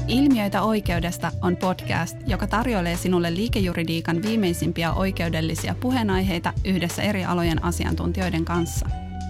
Ilmiöitä oikeudesta on podcast, joka tarjoilee sinulle liikejuridiikan viimeisimpiä oikeudellisia puheenaiheita yhdessä eri alojen asiantuntijoiden kanssa.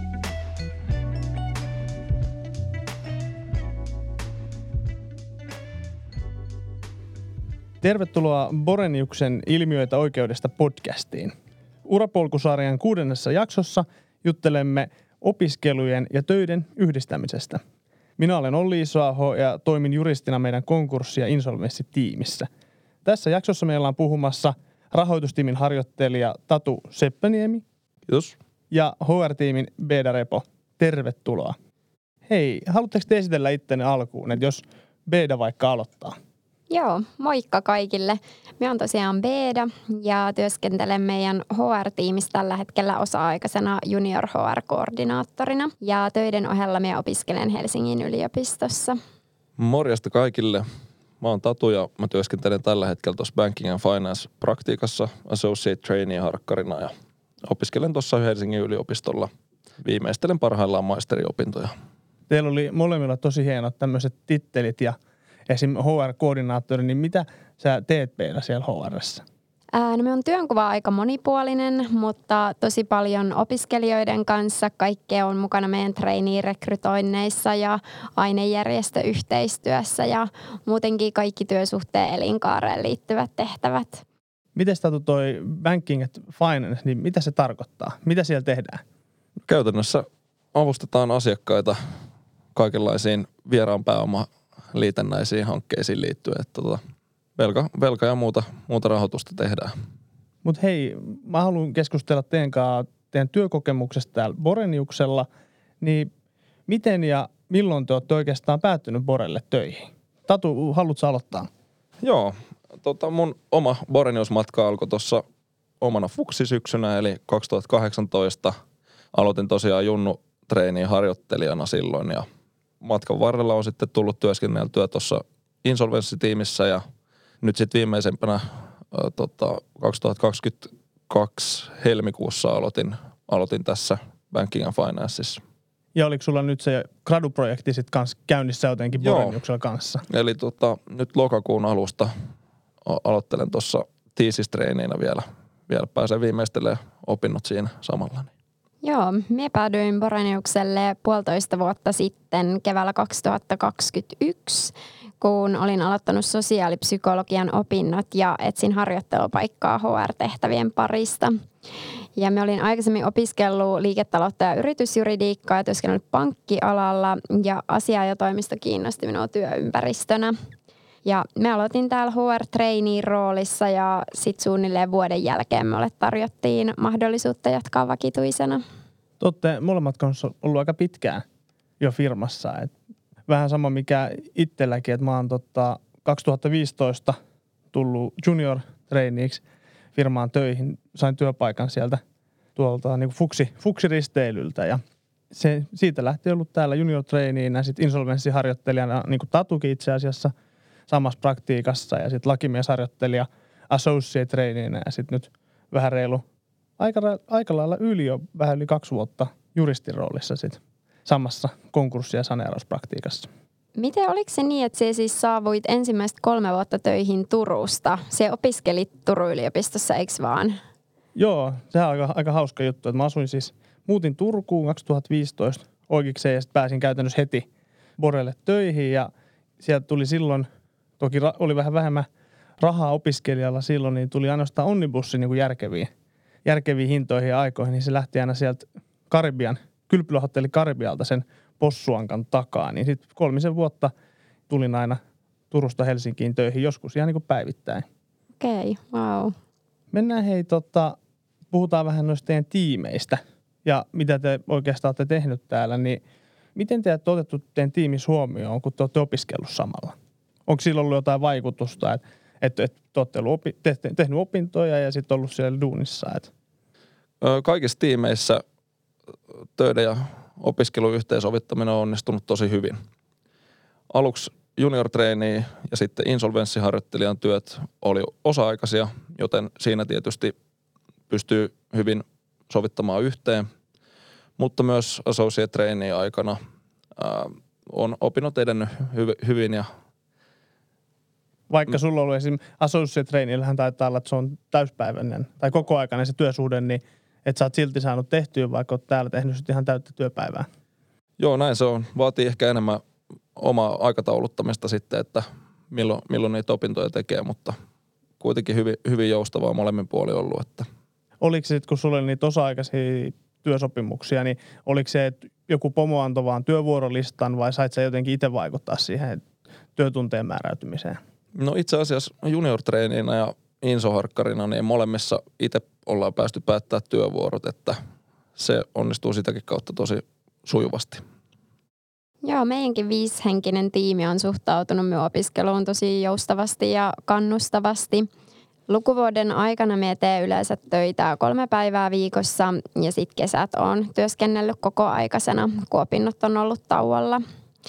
Tervetuloa Boreniuksen Ilmiöitä oikeudesta podcastiin. Urapolkusarjan 6. jaksossa juttelemme opiskelujen ja töiden yhdistämisestä. Minä olen Olli Isoaho ja toimin juristina meidän konkurssi- ja insolvenssitiimissä. Tässä jaksossa meillä on puhumassa rahoitustiimin harjoittelija Tatu Seppäniemi. Kiitos. Ja HR-tiimin Beeda Repo. Tervetuloa. Hei, haluatteko te esitellä ittenne alkuun, että jos Beeda vaikka aloittaa? Joo, moikka kaikille. Me on tosiaan Beeda ja työskentelen meidän HR-tiimissä tällä hetkellä osa-aikaisena junior HR-koordinaattorina. Ja töiden ohella me opiskelen Helsingin yliopistossa. Morjesta kaikille. Mä oon Tatu ja mä työskentelen tällä hetkellä tuossa Banking and Finance-praktiikassa Associate Trainee-harkkarina ja opiskelen tuossa Helsingin yliopistolla. Viimeistelen parhaillaan maisteriopintoja. Teillä oli molemmilla tosi hienot tämmöiset tittelit ja esim. HR-koordinaattori, niin mitä sä teet Beeda siellä HR:ssä? No me on työnkuva aika monipuolinen, mutta tosi paljon opiskelijoiden kanssa. Kaikkea on mukana meidän trainee-rekrytoinneissa ja ainejärjestöyhteistyössä ja muutenkin kaikki työsuhteen elinkaareen liittyvät tehtävät. Miten Tatu toi Banking and Finance, niin mitä se tarkoittaa? Mitä siellä tehdään? Käytännössä avustetaan asiakkaita kaikenlaisiin vieraan pääomaliitännäisiin hankkeisiin liittyen, että velka ja muuta rahoitusta tehdään. Mutta hei, mä haluan keskustella teidän työkokemuksesta täällä Boreniuksella, niin miten ja milloin te olette oikeastaan päättynyt Borelle töihin? Tatu, haluatko aloittaa? Joo, mun oma Borenius-matka alkoi tuossa omana fuksisyksynä, eli 2018. Aloitin tosiaan junnu traineen harjoittelijana silloin ja matkan varrella on sitten tullut työskenneltyä tuossa insolvenssitiimissä ja nyt sitten viimeisempänä 2022 helmikuussa aloitin tässä Banking and Financeissa. Ja oliko sulla nyt se graduprojekti sitten kanssa käynnissä jotenkin Boreniuksella kanssa? Eli nyt lokakuun alusta aloittelen tuossa thesis-treineinä vielä pääsen viimeistelemään opinnot siinä samalla. Joo, minä päädyin Boreniukselle 1,5 vuotta sitten keväällä 2021, kun olin aloittanut sosiaalipsykologian opinnot ja etsin harjoittelupaikkaa HR-tehtävien parista. Ja me olin aikaisemmin opiskellut liiketaloutta ja yritysjuridiikkaa ja työskennellyt pankkialalla ja asiaajotoimisto kiinnosti minua työympäristönä. Ja me aloitin täällä HR-traineen roolissa ja sitten suunnilleen vuoden jälkeen me tarjottiin mahdollisuutta jatkaa vakituisena. Te olette molemmat kanssa ollut aika pitkään jo firmassa. Et vähän sama mikä itselläkin, että mä oon 2015 tullut junior traineeksi firmaan töihin. Sain työpaikan sieltä tuolta niin kuin fuksiristeilyltä ja siitä lähtien ollut täällä junior traineenä, sitten insolvenssiharjoittelijana niin kuin Tatukin itse asiassa samassa praktiikassa ja sitten lakimiesharjoittelija associate traineenä ja sitten nyt vähän reilu aika lailla vähän yli 2 vuotta juristin roolissa sitten samassa konkurssi- ja saneerauspraktiikassa. Miten oliko se niin, että siis saavuit ensimmäistä 3 vuotta töihin Turusta? Se opiskelit Turun yliopistossa, eikö vaan? Joo, se on aika hauska juttu. Että mä muutin Turkuun 2015 oikeikseen ja sitten pääsin käytännössä heti Borelle töihin ja sieltä tuli silloin, toki oli vähän vähemmän rahaa opiskelijalla silloin, niin tuli ainoastaan onnibussi niin kuin järkeviin hintoihin ja aikoihin, niin se lähti aina sieltä kylpylähotelli Karibialta sen Possuankan takaa, niin sitten 3 vuotta tulin aina Turusta Helsinkiin töihin, joskus ihan niin kuin päivittäin. Okei, wow. Mennään puhutaan vähän noista teidän tiimeistä ja mitä te oikeastaan olette tehnyt täällä, niin miten te olette otettu teidän tiimissä huomioon, kun te olette opiskellut samalla? Onko sillä ollut jotain vaikutusta, että te olette tehnyt opintoja ja sitten ollut siellä duunissa? Kaikissa tiimeissä töiden ja opiskelun yhteensovittaminen on onnistunut tosi hyvin. Aluksi junior trainee ja sitten insolvenssiharjoittelijan työt oli osa-aikaisia, joten siinä tietysti pystyy hyvin sovittamaan yhteen. Mutta myös associate trainee aikana on opinnot edennyt hyvin ja Vaikka sulla on ollut esimerkiksi associate-treenillähän taitaa olla, että se on täyspäiväinen tai kokoaikainen se työsuhde, niin että sä oot silti saanut tehtyä, vaikka oot täällä tehnyt ihan täyttä työpäivää. Joo, näin se on. Vaatii ehkä enemmän omaa aikatauluttamista sitten, että milloin niitä opintoja tekee, mutta kuitenkin hyvin joustavaa molemmin puoli ollut. Että. Oliko se sitten, kun sulla oli niitä osa-aikaisia työsopimuksia, niin oliko se, että joku pomo antoi vaan työvuorolistan vai sait sä jotenkin itse vaikuttaa siihen työtunteen määräytymiseen? No itse asiassa junior-treeniinä ja insoharkkarina, niin molemmissa itse ollaan päästy päättää työvuorot, että se onnistuu sitäkin kautta tosi sujuvasti. Joo, meidänkin 5-henkinen tiimi on suhtautunut minun opiskeluun tosi joustavasti ja kannustavasti. Lukuvuoden aikana me teen yleensä töitä 3 päivää viikossa ja sitten kesät on työskennellyt kokoaikaisena, kun opinnot on ollut tauolla.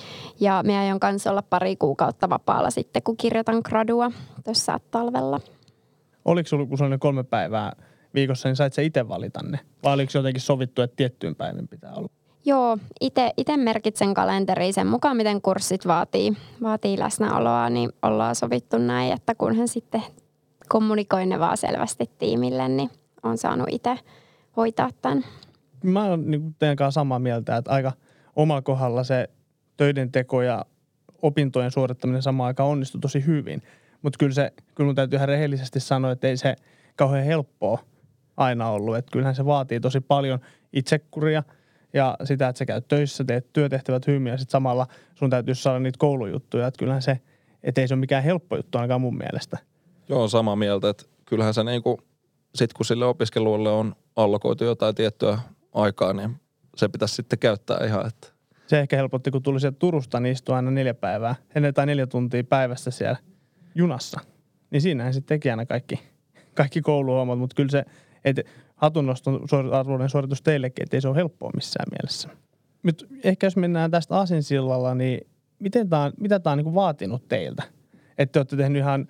Ja me aion kanssa olla 2 kuukautta vapaalla sitten, kun kirjoitan gradua tuossa talvella. Oliko sulla, kun se oli 3 päivää viikossa, niin sait sä itse valita ne? Vai oliko jotenkin sovittu, että tiettyyn päivän pitää olla? Joo, itse merkitsen kalenteriin sen mukaan, miten kurssit vaatii läsnäoloa, niin ollaan sovittu näin, että kunhan sitten kommunikoin ne vaan selvästi tiimille, niin on saanut itse hoitaa tämän. Mä oon niin teidän kanssa samaa mieltä, että aika omalla kohdalla se töiden teko ja opintojen suorittaminen samaan aikaan onnistui tosi hyvin. Mutta kyllä mun täytyy ihan rehellisesti sanoa, että ei se kauhean helppoa aina ollut. Että kyllähän se vaatii tosi paljon itsekuria ja sitä, että sä käyt töissä, teet työtehtävät hyvin ja sitten samalla sun täytyy saada niitä koulujuttuja. Että kyllähän se, että ei se ole mikään helppo juttu ainakaan mun mielestä. Joo, samaa mieltä, että kyllähän se niinku, sit kun sille opiskeluille on allokoitu jotain tiettyä aikaa, niin se pitäisi sitten käyttää ihan, että. Se ehkä helpotti, kun tuli sieltä Turusta, niin istui aina 4 päivää, ennen tai 4 tuntia päivässä siellä junassa. Niin siinähän sitten teki aina kaikki kouluhommat, mutta kyllä se, että hatunnoston arvoinen suoritus teillekin, että ei se ole helppoa missään mielessä. Nyt ehkä jos mennään tästä aasinsillalla, niin mitä tämä on niin vaatinut teiltä? Että te olette tehnyt ihan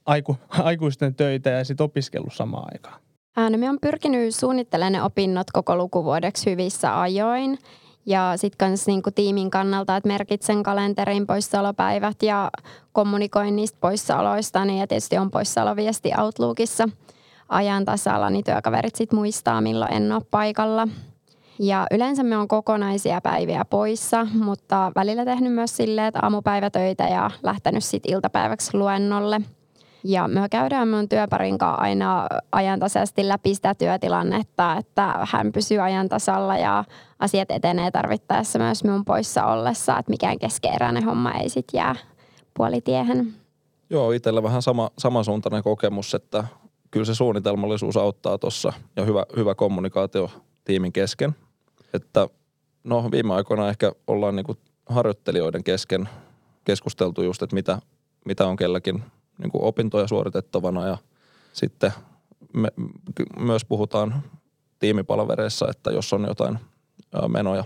aikuisten töitä ja sitten opiskellut samaan aikaan. No me on pyrkinyt suunnittelemaan ne opinnot koko lukuvuodeksi hyvissä ajoin. Ja sitten myös niinku tiimin kannalta, että merkitsen kalenterin poissaolopäivät ja kommunikoin niistä poissaoloista. Niin ja tietysti on poissaoloviesti Outlookissa ajan tasalla, niin työkaverit sitten muistaa, milloin en ole paikalla. Ja yleensä me on kokonaisia päiviä poissa, mutta välillä tehnyt myös silleen, että aamupäivätöitä ja lähtenyt sitten iltapäiväksi luennolle. Ja me käydään mun työparin kanssa aina ajantasaisesti läpi sitä työtilannetta, että hän pysyy ajan tasalla ja asiat etenee tarvittaessa myös minun poissa ollessa, että mikään keskeeräinen homma ei sitten jää puolitiehen. Joo, itsellä vähän samansuuntainen kokemus, että kyllä se suunnitelmallisuus auttaa tuossa ja hyvä kommunikaatio tiimin kesken. Että no viime aikoina ehkä ollaan niinku harjoittelijoiden kesken keskusteltu just, että mitä on kelläkin niin kuin opintoja suoritettavana ja sitten me myös puhutaan tiimipalvereissa, että jos on jotain menoja.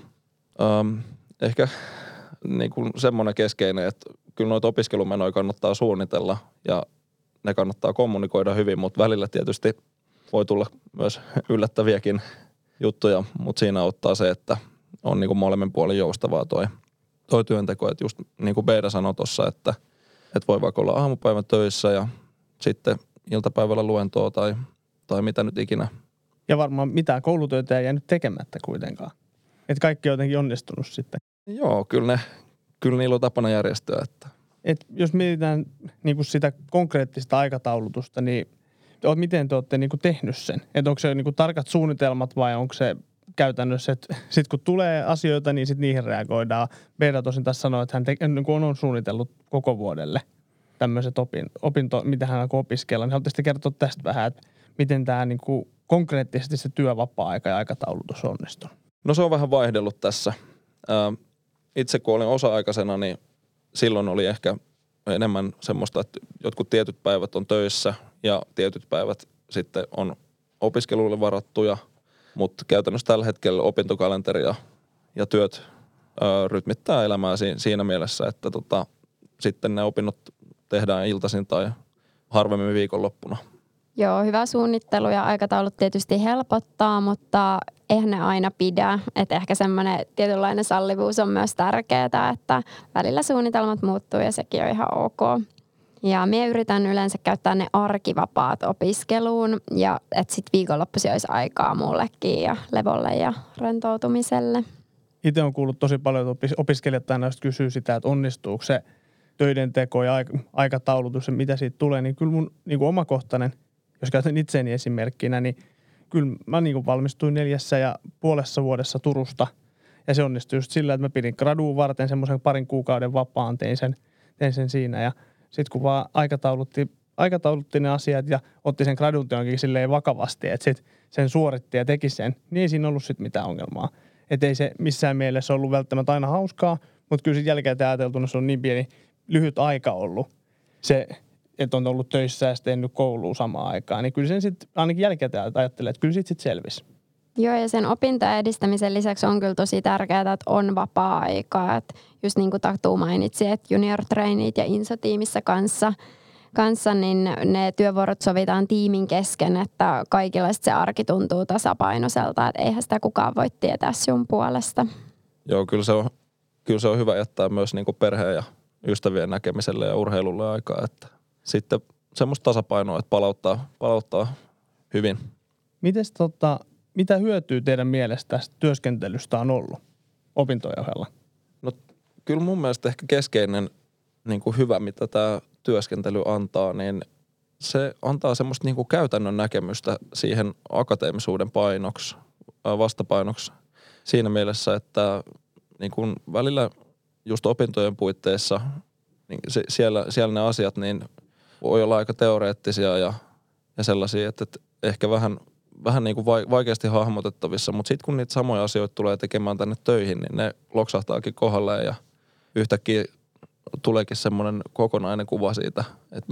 Ehkä niin kuin semmoinen keskeinen, että kyllä noita opiskelumenoja kannattaa suunnitella ja ne kannattaa kommunikoida hyvin, mutta välillä tietysti voi tulla myös yllättäviäkin juttuja, mutta siinä auttaa se, että on niin kuin molemmin puolin joustavaa toi työnteko, että just niin kuin Beida sanoi tuossa, että voi vaikka olla aamupäivän töissä ja sitten iltapäivällä luentoa tai mitä nyt ikinä. Ja varmaan mitään koulutöitä ei jäänyt tekemättä kuitenkaan. Että kaikki on jotenkin onnistunut sitten. Joo, kyllä niillä on tapana järjestöä. Että. Jos mietitään niin kuin sitä konkreettista aikataulutusta, niin miten te olette niin kuin tehnyt sen? Että onko se niin kuin tarkat suunnitelmat vai onko se käytännössä, että sitten kun tulee asioita, niin sitten niihin reagoidaan. Beida tosin tässä sanoi, että hän on suunnitellut koko vuodelle tämmöiset mitä hän alkoi opiskella. Niin haluaisitte kertoa tästä vähän, että miten tämä niin kuin konkreettisesti se työvapaa-aika ja aikataulutus onnistuu? No se on vähän vaihdellut tässä. Itse kun olin osa-aikaisena, niin silloin oli ehkä enemmän semmoista, että jotkut tietyt päivät on töissä ja tietyt päivät sitten on opiskeluille varattuja. Mutta käytännössä tällä hetkellä opintokalenteria ja työt rytmittää elämää siinä mielessä, että sitten ne opinnot tehdään iltaisin tai harvemmin viikonloppuna. Joo, hyvä suunnittelu ja aikataulut tietysti helpottaa, mutta eihän ne aina pidä. Että ehkä semmoinen tietynlainen sallivuus on myös tärkeää, että välillä suunnitelmat muuttuu ja sekin on ihan ok. Ja minä yritän yleensä käyttää ne arkivapaat opiskeluun ja että sitten viikonloppuisin olisi aikaa mullekin ja levolle ja rentoutumiselle. Itse on kuullut tosi paljon, että opiskelijat aina kysyy sitä, että onnistuuko se töiden teko ja aikataulutus ja mitä siitä tulee. Niin kyllä mun niin kuin omakohtainen, jos käytän itseäni esimerkkinä, niin kyllä mä niin kuin valmistuin 4,5 vuodessa Turusta. Ja se onnistui just sillä, että mä pidin graduun varten semmoisen 2 kuukauden vapaan, tein sen siinä. Ja sitten kun vaan aikataulutti ne asiat ja otti sen gradun teonkin silleen vakavasti, että sit sen suoritti ja teki sen, niin ei siinä ollut sitten mitään ongelmaa. Että ei se missään mielessä ollut välttämättä aina hauskaa, mutta kyllä sitten jälkeen ajateltuna se on niin pieni lyhyt aika ollut. Se, että on ollut töissä ja sitten tehnyt kouluun samaan aikaan, niin kyllä sen sitten ainakin jälkeen ajattelee, että kyllä sitten selvisi. Joo, ja sen opintojen edistämisen lisäksi on kyllä tosi tärkeää, että on vapaa-aikaa. Että just niin kuin Tatu mainitsi, että junior-traineet ja insotiimissä kanssa, niin ne työvuorot sovitaan tiimin kesken, että kaikilla se arki tuntuu tasapainoiselta, että eihän sitä kukaan voi tietää sun puolesta. Joo, kyllä se on hyvä jättää myös niin kuin perheen ja ystävien näkemiselle ja urheilulle aikaa, että sitten semmoista tasapainoa, että palauttaa hyvin. Mites mitä hyötyä teidän mielestä tästä työskentelystä on ollut opintojen ohella? No kyllä mun mielestä ehkä keskeinen niin kuin hyvä, mitä tämä työskentely antaa, niin se antaa semmoista niin kuin käytännön näkemystä siihen akateemisuuden vastapainoksi siinä mielessä, että niin kuin välillä just opintojen puitteissa niin siellä ne asiat niin voi olla aika teoreettisia ja sellaisia, että ehkä vähän niin kuin vaikeasti hahmotettavissa, mutta sitten kun niitä samoja asioita tulee tekemään tänne töihin, niin ne loksahtaakin kohdalleen ja yhtäkkiä tuleekin semmoinen kokonainen kuva siitä, että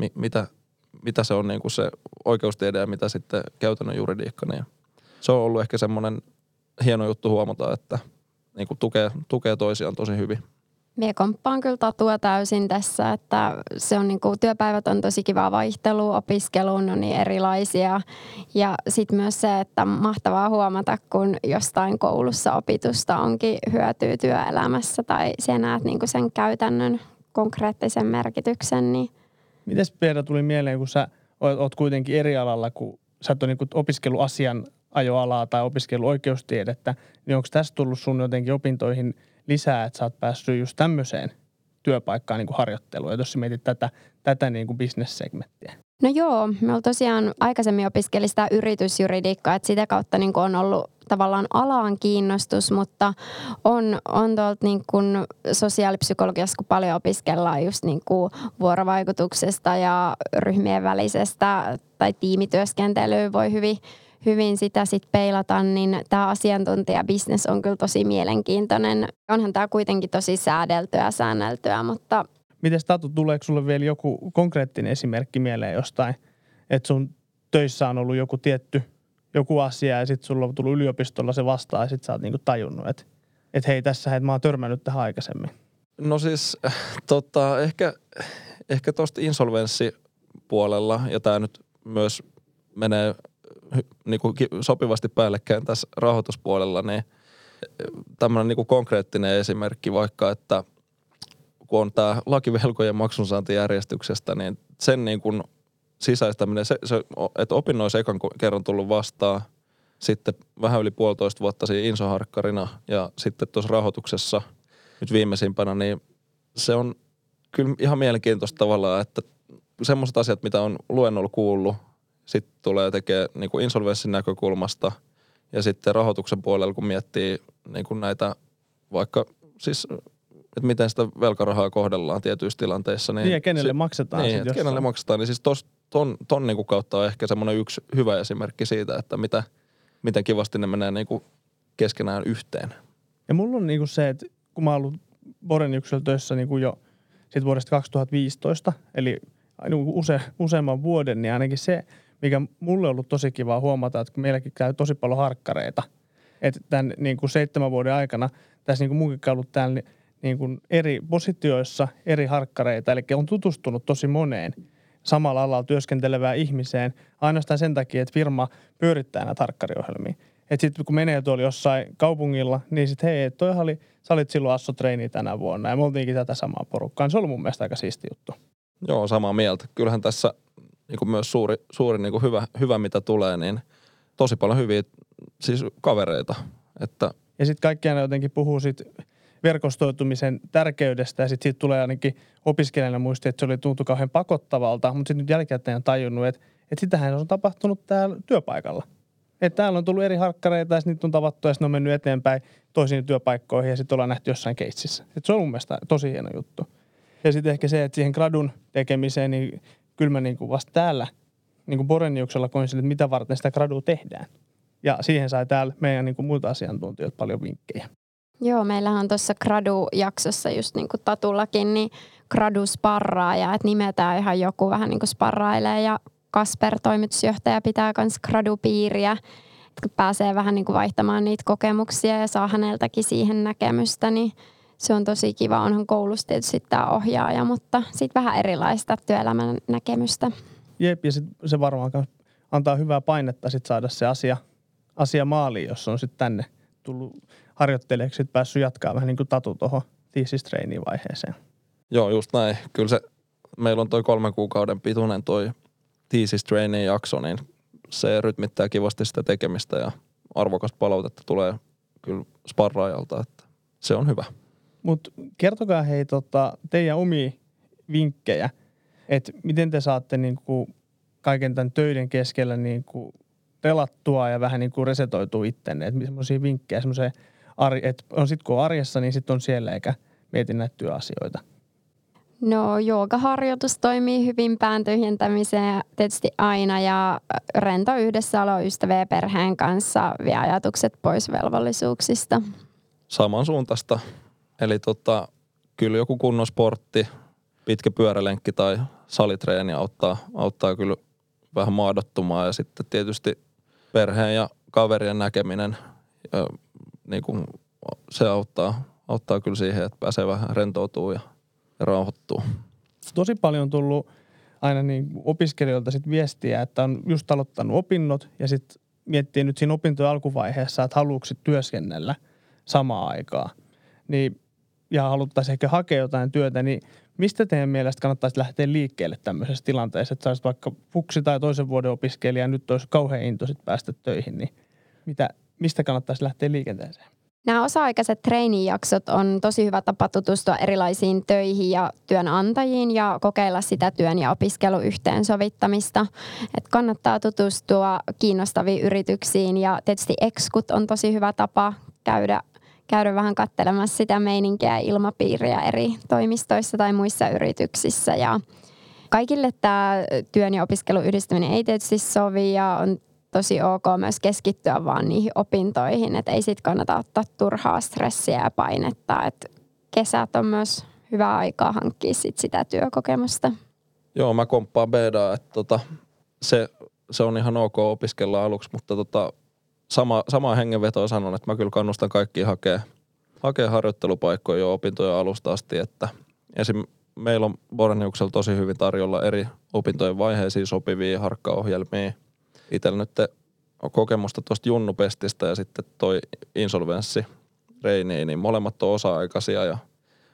mitä se on niin kuin se oikeustiede ja mitä sitten käytännön juridiikka. Niin se on ollut ehkä semmoinen hieno juttu huomata, että niin kuin tukee toisiaan tosi hyvin. Mie komppaan kyllä Tatua täysin tässä, että se on niinku, työpäivät on tosi kivaa vaihtelua, opiskeluun on niin erilaisia. Ja sitten myös se, että mahtavaa huomata, kun jostain koulussa opitusta onkin hyötyä työelämässä tai sä näet niinku sen käytännön konkreettisen merkityksen. Niin. Mites Peera tuli mieleen, kun sä oot kuitenkin eri alalla, kun sä et ole niinku opiskellut asianajoalaa tai opiskellut oikeustiedettä, niin onko tässä tullut sun jotenkin opintoihin lisää, että sä oot päässyt just tämmöiseen työpaikkaan niin kuin harjoitteluun, jos sä mietit tätä niin kuin business-segmenttiä? No joo, me tosiaan aikaisemmin opiskelin sitä yritysjuridiikkaa, että sitä kautta niin kuin on ollut tavallaan alaan kiinnostus, mutta on tuolta niin kuin sosiaalipsykologiassa, kun paljon opiskellaan just niin kuin vuorovaikutuksesta ja ryhmien välisestä tai tiimityöskentelyä voi hyvin sitä sitten peilata, niin tämä asiantuntijabisnes on kyllä tosi mielenkiintoinen. Onhan tämä kuitenkin tosi säädeltyä ja säänneltyä, mutta... Mites Tatu, tuleeko sulle vielä joku konkreettinen esimerkki mieleen jostain, että sun töissä on ollut joku asia ja sitten sulla on tullut yliopistolla se vastaan ja sitten sä oot niinku tajunnut, että hei tässä, että mä oon törmännyt tähän aikaisemmin? No siis ehkä tuosta insolvenssipuolella, ja tämä nyt myös menee niin kuin sopivasti päällekkäin tässä rahoituspuolella, niin tämmöinen niin kuin konkreettinen esimerkki vaikka, että kun on tämä laki velkojen maksunsaantijärjestyksestä, niin sen niin kuin sisäistäminen, että opinnoissa ekan kerran tullut vastaan, sitten vähän yli 1,5 vuotta siinä insoharkkarina ja sitten tuossa rahoituksessa nyt viimeisimpänä, niin se on kyllä ihan mielenkiintoista tavallaan, että semmoiset asiat, mitä on luennolla kuullut, sitten tulee tekemään niin kuin insolvenssin näkökulmasta ja sitten rahoituksen puolella, kun miettii niin kuin näitä vaikka siis, että miten sitä velkarahaa kohdellaan tietyissä tilanteissa. Niin ja kenelle maksetaan. Niin, että kenelle maksetaan. Niin siis ton niin kuin kautta on ehkä semmoinen yksi hyvä esimerkki siitä, että miten kivasti ne menee niin kuin keskenään yhteen. Ja mulla on niin kuin se, että kun mä oon ollut Boreniuksella töissä niin kuin jo sit vuodesta 2015, eli useamman vuoden, niin ainakin se, mikä mulle on ollut tosi kiva huomata, että kun meilläkin käy tosi paljon harkkareita, että tämän niin kuin 7 vuoden aikana tässä niin kuin munkin ollut täällä niin kuin eri positioissa eri harkkareita, eli on tutustunut tosi moneen samalla alalla työskentelevään ihmiseen ainoastaan sen takia, että firma pyörittää näitä harkkariohjelmia. Että sitten kun menee tuolla jossain kaupungilla, niin sitten hei, sä olit silloin Asso-treini tänä vuonna ja me oltiinkin tätä samaa porukkaa. Se on ollut mun mielestä aika siisti juttu. Joo, samaa mieltä. Kyllähän tässä niin kuin myös suuri niin kuin hyvä, mitä tulee, niin tosi paljon hyviä siis kavereita. Että ja sitten kaikkiaan jotenkin puhuu siitä verkostoitumisen tärkeydestä ja sitten siitä tulee ainakin opiskelijana muisti, että se tuntui kauhean pakottavalta, mutta sitten nyt jälkikäteen on tajunnut, että sitähän on tapahtunut täällä työpaikalla. Että täällä on tullut eri harkkareita ja sitten niitä on tavattu ja sitten on mennyt eteenpäin toisiin työpaikkoihin ja sitten ollaan nähty jossain keitsissä. Että se on mun mielestä tosi hieno juttu. Ja sitten ehkä se, että siihen gradun tekemiseen, niin kyllä mä niin kuin vasta täällä niin kuin Boreniuksella koin sille, että mitä varten sitä gradua tehdään. Ja siihen sai täällä meidän niin kuin muilta asiantuntijoilta paljon vinkkejä. Joo, meillähän on tuossa gradu-jaksossa just niin kuin Tatullakin, niin gradu-sparraaja, että nimetään ihan joku vähän niin kuin sparrailee ja Kasper, toimitusjohtaja, pitää myös gradu-piiriä, että pääsee vähän niin kuin vaihtamaan niitä kokemuksia ja saa häneltäkin siihen näkemystä, niin se on tosi kiva. Onhan koulussa tietysti tämä ohjaaja, mutta sitten vähän erilaista työelämän näkemystä. Jep, ja sit se varmaan antaa hyvää painetta sit saada se asia maaliin, jos on sitten tänne tullut harjoittelijaksi, sit päässyt jatkaa vähän niin kuin Tatu tuohon thesis-trainee-vaiheeseen. joo, just näin. Kyllä se, meillä on toi 3 kuukauden pituinen toi thesis-trainee-jakso, niin se rytmittää kivasti sitä tekemistä ja arvokasta palautetta tulee kyllä sparraajalta, että se on hyvä. Mutta kertokaa hei teidän omia vinkkejä, että miten te saatte niinku kaiken tämän töiden keskellä niinku relattua ja vähän niinku resetoitua ittenne. Että semmoisia vinkkejä, että on sitten kun on arjessa, niin sitten on siellä eikä mieti näitä työasioita. No joogaharjoitus toimii hyvin pään tyhjentämiseen tietysti aina ja rento yhdessäolo ystävien ja perheen kanssa vie ajatukset pois velvollisuuksista. Samansuuntaista. Eli kyllä joku kunnon sportti, pitkä pyörälenkki tai salitreeni auttaa kyllä vähän maadottumaan ja sitten tietysti perheen ja kaverien näkeminen, niin kuin se auttaa kyllä siihen, että pääsee vähän rentoutumaan ja rauhoittuu. Tosi paljon on tullut aina niin opiskelijoilta sit viestiä, että on just aloittanut opinnot ja sitten miettii nyt siinä opintojen alkuvaiheessa, että haluatko työskennellä samaan aikaan. Niin, ja haluttaisiin ehkä hakea jotain työtä, niin mistä teidän mielestä kannattaisi lähteä liikkeelle tämmöisessä tilanteessa, että saisit vaikka fuksi tai toisen vuoden opiskelija, nyt olisi kauhean into sit päästä töihin, niin mistä kannattaisi lähteä liikenteeseen? Nämä osa-aikaiset trainee-jaksot on tosi hyvä tapa tutustua erilaisiin töihin ja työnantajiin ja kokeilla sitä työn ja opiskelun yhteensovittamista. Et kannattaa tutustua kiinnostaviin yrityksiin ja tietysti Ekskut on tosi hyvä tapa käydä vähän katselemassa sitä meininkiä ja ilmapiiriä eri toimistoissa tai muissa yrityksissä. Ja kaikille tämä työn ja opiskelun yhdistäminen ei tietysti sovi ja on tosi ok myös keskittyä vaan niihin opintoihin, että ei sit kannata ottaa turhaa stressiä ja painetta. Et kesät on myös hyvä aikaa hankkia sitä työkokemusta. Joo, mä komppaan Bedaa, että se on ihan ok opiskella aluksi, mutta samaa hengenvetoa sanon, että mä kyllä kannustan kaikkia hakea harjoittelupaikkoja jo opintojen alusta asti, että esim. Meillä on Boreniuksella tosi hyvin tarjolla eri opintojen vaiheisiin sopivia harkkaohjelmia. Itsellä nyt on kokemusta tuosta Junnupestistä ja sitten toi insolvenssireini, niin molemmat on osa-aikaisia ja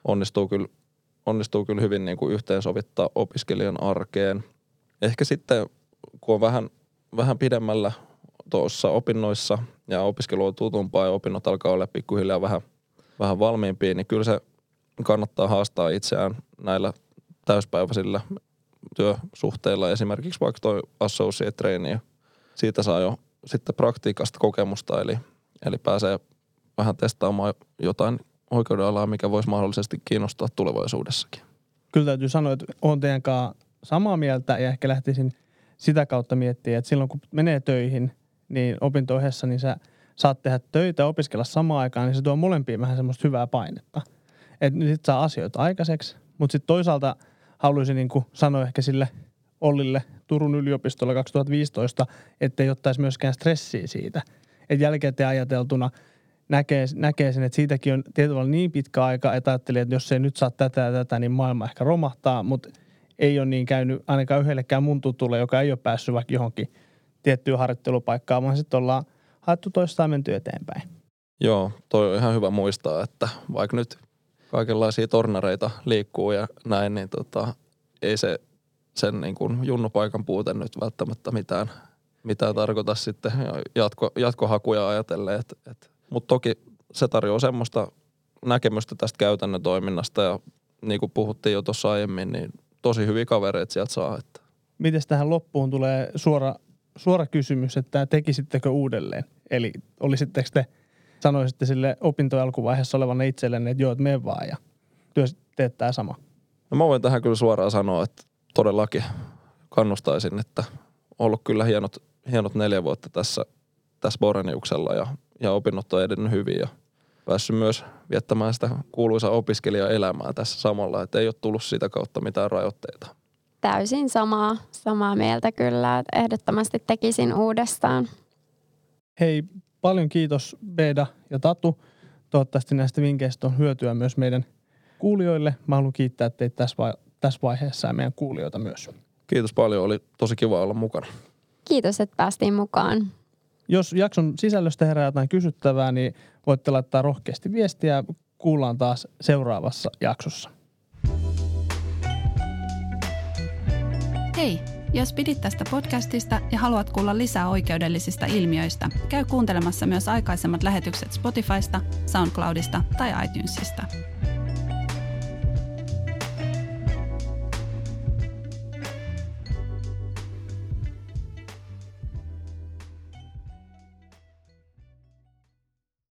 onnistuu kyllä hyvin niin kuin yhteensovittaa opiskelijan arkeen. Ehkä sitten, kun on vähän pidemmällä tuossa opinnoissa ja opiskelu on tutumpaa ja opinnot alkaa olla pikkuhiljaa vähän valmiimpia, niin kyllä se kannattaa haastaa itseään näillä täyspäiväisillä työsuhteilla. Esimerkiksi vaikka toi associate trainee, siitä saa jo sitten praktiikasta kokemusta, eli pääsee vähän testaamaan jotain oikeudenalaa, mikä voisi mahdollisesti kiinnostaa tulevaisuudessakin. Kyllä täytyy sanoa, että olen teidän kanssa samaa mieltä ja ehkä lähtisin sitä kautta miettimään, että silloin kun menee töihin, niin opinto-ohessa, niin sä saat tehdä töitä ja opiskella samaan aikaan, niin se tuo molempiin vähän semmoista hyvää painetta. Että nyt saa asioita aikaiseksi, mutta sitten toisaalta haluaisin niin kuin sanoa ehkä sille Ollille Turun yliopistolla 2015, ettei ottaisi myöskään stressiä siitä. Että jälkikäteen ajateltuna näkee sen, että siitäkin on tietyllä niin pitkä aika, että ajattelin, että jos ei nyt saa tätä ja tätä, niin maailma ehkä romahtaa, mutta ei ole niin käynyt ainakaan yhdellekään mun tutulle, joka ei ole päässyt vaikka johonkin tiettyyn harjoittelupaikkaan, vaan sitten ollaan haettu toistaan menty eteenpäin. Joo, toi on ihan hyvä muistaa, että vaikka nyt kaikenlaisia tornareita liikkuu ja näin, niin ei sen niin kuin junnupaikan puute nyt välttämättä mitään tarkoita sitten jatkohakuja ajatellen. Mutta toki se tarjoaa semmoista näkemystä tästä käytännön toiminnasta ja niin kuin puhuttiin jo tuossa aiemmin, niin tosi hyviä kavereita sieltä saa. Miten tähän loppuun tulee suora kysymys, että tekisittekö uudelleen? Eli olisitteko te, sanoisitte sille opintojen alkuvaiheessa olevanne itsellenne, että joo, että mene vaan ja teet tämä sama? No mä voin tähän kyllä suoraan sanoa, että todellakin kannustaisin, että ollut kyllä hienot 4 vuotta tässä Boreniuksella ja opinnot on edennyt hyvin ja päässyt myös viettämään sitä kuuluisaa opiskelijaelämää tässä samalla, että ei ole tullut sitä kautta mitään rajoitteita. Täysin samaa mieltä kyllä, että ehdottomasti tekisin uudestaan. Hei, paljon kiitos Beda ja Tatu. Toivottavasti näistä vinkkeistä on hyötyä myös meidän kuulijoille. Mä haluan kiittää teitä tässä vaiheessa ja meidän kuulijoita myös. Kiitos paljon, oli tosi kiva olla mukana. Kiitos, että päästiin mukaan. Jos jakson sisällöstä herää jotain kysyttävää, niin voitte laittaa rohkeasti viestiä. Kuullaan taas seuraavassa jaksossa. Hei, jos pidit tästä podcastista ja haluat kuulla lisää oikeudellisista ilmiöistä, käy kuuntelemassa myös aikaisemmat lähetykset Spotifysta, SoundCloudista tai iTunesista.